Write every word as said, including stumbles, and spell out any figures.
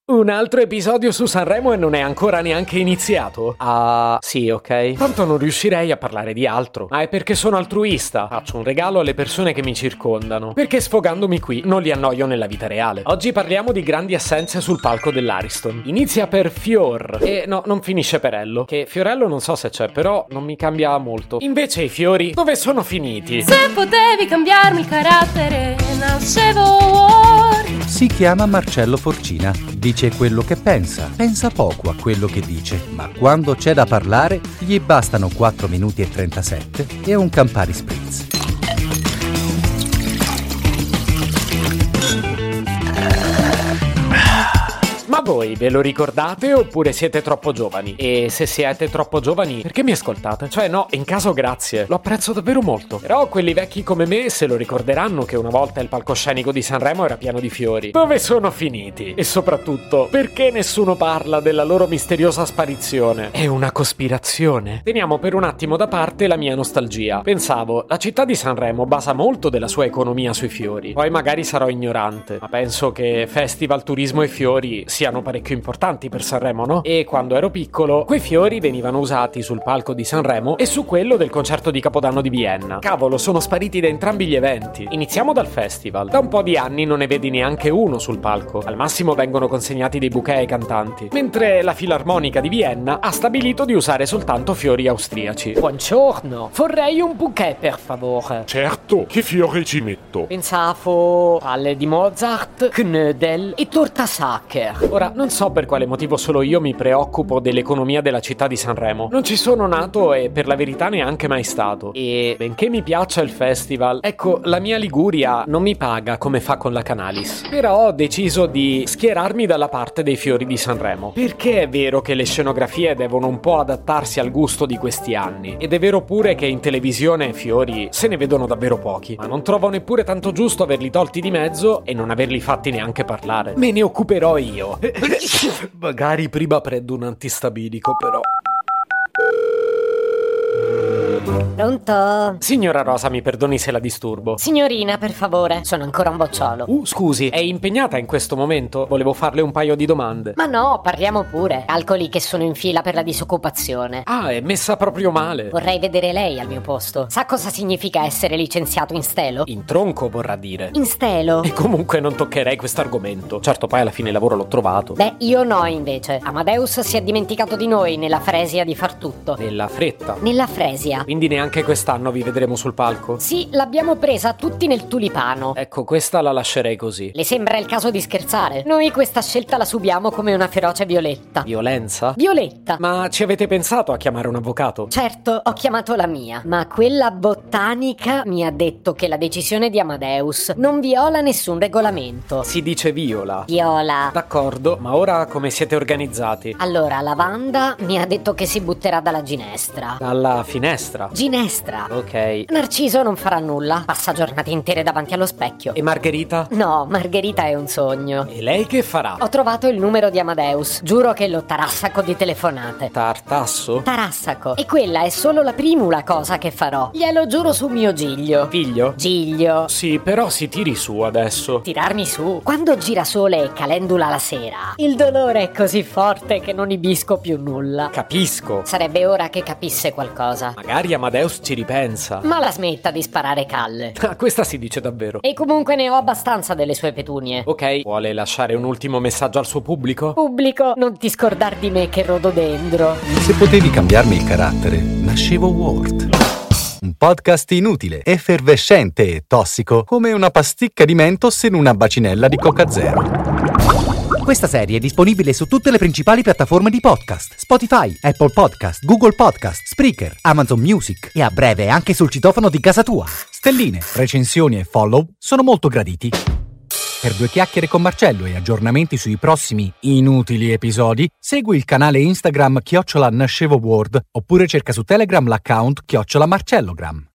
Un altro episodio su Sanremo e non è ancora neanche iniziato? Ah, sì, ok. Tanto non riuscirei a parlare di altro. Ma è perché sono altruista. Faccio un regalo alle persone che mi circondano. Perché sfogandomi qui non li annoio nella vita reale. Oggi parliamo di grandi assenze sul palco dell'Ariston. Inizia per Fior. E no, non finisce per Ello. Che Fiorello non so se c'è, però non mi cambia molto. Invece i fiori, dove sono finiti? Se potevi cambiarmi il carattere, nascevo Ward. Si chiama Marcello Forcina. Dice quello che pensa, pensa poco a quello che dice, ma quando c'è da parlare gli bastano quattro minuti e trentasette e un Campari Spritz. Ma voi ve lo ricordate oppure siete troppo giovani? E se siete troppo giovani, perché mi ascoltate? Cioè no, in caso grazie, lo apprezzo davvero molto. Però quelli vecchi come me se lo ricorderanno che una volta il palcoscenico di Sanremo era pieno di fiori. Dove sono finiti? E soprattutto, perché nessuno parla della loro misteriosa sparizione? È una cospirazione? Teniamo per un attimo da parte la mia nostalgia. Pensavo, la città di Sanremo basa molto della sua economia sui fiori. Poi magari sarò ignorante, ma penso che festival, turismo e fiori siano parecchio importanti per Sanremo, no? E quando ero piccolo, quei fiori venivano usati sul palco di Sanremo e su quello del concerto di Capodanno di Vienna. Cavolo, sono spariti da entrambi gli eventi. Iniziamo dal festival. Da un po' di anni non ne vedi neanche uno sul palco. Al massimo vengono consegnati dei bouquet ai cantanti. Mentre la Filarmonica di Vienna ha stabilito di usare soltanto fiori austriaci. Buongiorno, vorrei un bouquet per favore. Certo, che fiore ci metto? Pensavo palle di Mozart, knödel e torta Sacher. Ora, non so per quale motivo solo io mi preoccupo dell'economia della città di Sanremo. Non ci sono nato e per la verità neanche mai stato. E benché mi piaccia il festival, ecco, la mia Liguria non mi paga come fa con la Canalis. Però ho deciso di schierarmi dalla parte dei fiori di Sanremo. Perché è vero che le scenografie devono un po' adattarsi al gusto di questi anni. Ed è vero pure che in televisione fiori se ne vedono davvero pochi. Ma non trovo neppure tanto giusto averli tolti di mezzo e non averli fatti neanche parlare. Me ne occuperò io. Magari prima prendo un antistabilico, però. Pronto? Signora Rosa, mi perdoni se la disturbo. Signorina, per favore, sono ancora un bocciolo. Uh, scusi, è impegnata in questo momento? Volevo farle un paio di domande. Ma no, parliamo pure. Calcoli che sono in fila per la disoccupazione. Ah, è messa proprio male. Vorrei vedere lei al mio posto. Sa cosa significa essere licenziato in stelo? In tronco, vorrà dire. In stelo? E comunque non toccherei quest'argomento. Certo, poi alla fine il lavoro l'ho trovato. Beh, io no, invece. Amadeus si è dimenticato di noi nella fresia di far tutto. Nella fretta? Nella fresia. Quindi neanche quest'anno vi vedremo sul palco? Sì, l'abbiamo presa tutti nel tulipano. Ecco, questa la lascerei così. Le sembra il caso di scherzare? Noi questa scelta la subiamo come una feroce Violetta. Violenza? Violetta. Ma ci avete pensato a chiamare un avvocato? Certo, ho chiamato la mia, ma quella botanica mi ha detto che la decisione di Amadeus non viola nessun regolamento. Si dice viola. Viola. D'accordo, ma ora come siete organizzati? Allora, Lavanda mi ha detto che si butterà dalla ginestra. Dalla finestra? Ginestra. Ok. Narciso non farà nulla, passa giornate intere davanti allo specchio. E Margherita? No, Margherita è un sogno. E lei che farà? Ho trovato il numero di Amadeus, giuro che lo tarassaco di telefonate. Tartasso? Tarassaco. E quella è solo la primula cosa che farò. Glielo giuro su mio Giglio. Figlio? Giglio. Sì, però si tiri su adesso. Tirarmi su? Quando girasole e calendula la sera, il dolore è così forte che non ibisco più nulla. Capisco. Sarebbe ora che capisse qualcosa. Magari Amadeus ci ripensa. Ma la smetta di sparare calle. Ah, questa si dice davvero. E comunque ne ho abbastanza delle sue petunie. Ok, vuole lasciare un ultimo messaggio al suo pubblico? Pubblico, non ti scordar di me che rododendro. Se potevi cambiarmi il carattere, nascevo Ward. Un podcast inutile, effervescente e tossico, come una pasticca di Mentos in una bacinella di Coca Zero. Questa serie è disponibile su tutte le principali piattaforme di podcast: Spotify, Apple Podcast, Google Podcast, Spreaker, Amazon Music e a breve anche sul citofono di casa tua. Stelline, recensioni e follow sono molto graditi. Per due chiacchiere con Marcello e aggiornamenti sui prossimi inutili episodi, segui il canale Instagram chiocciola Nascevo Ward oppure cerca su Telegram l'account chiocciola Marcellogram.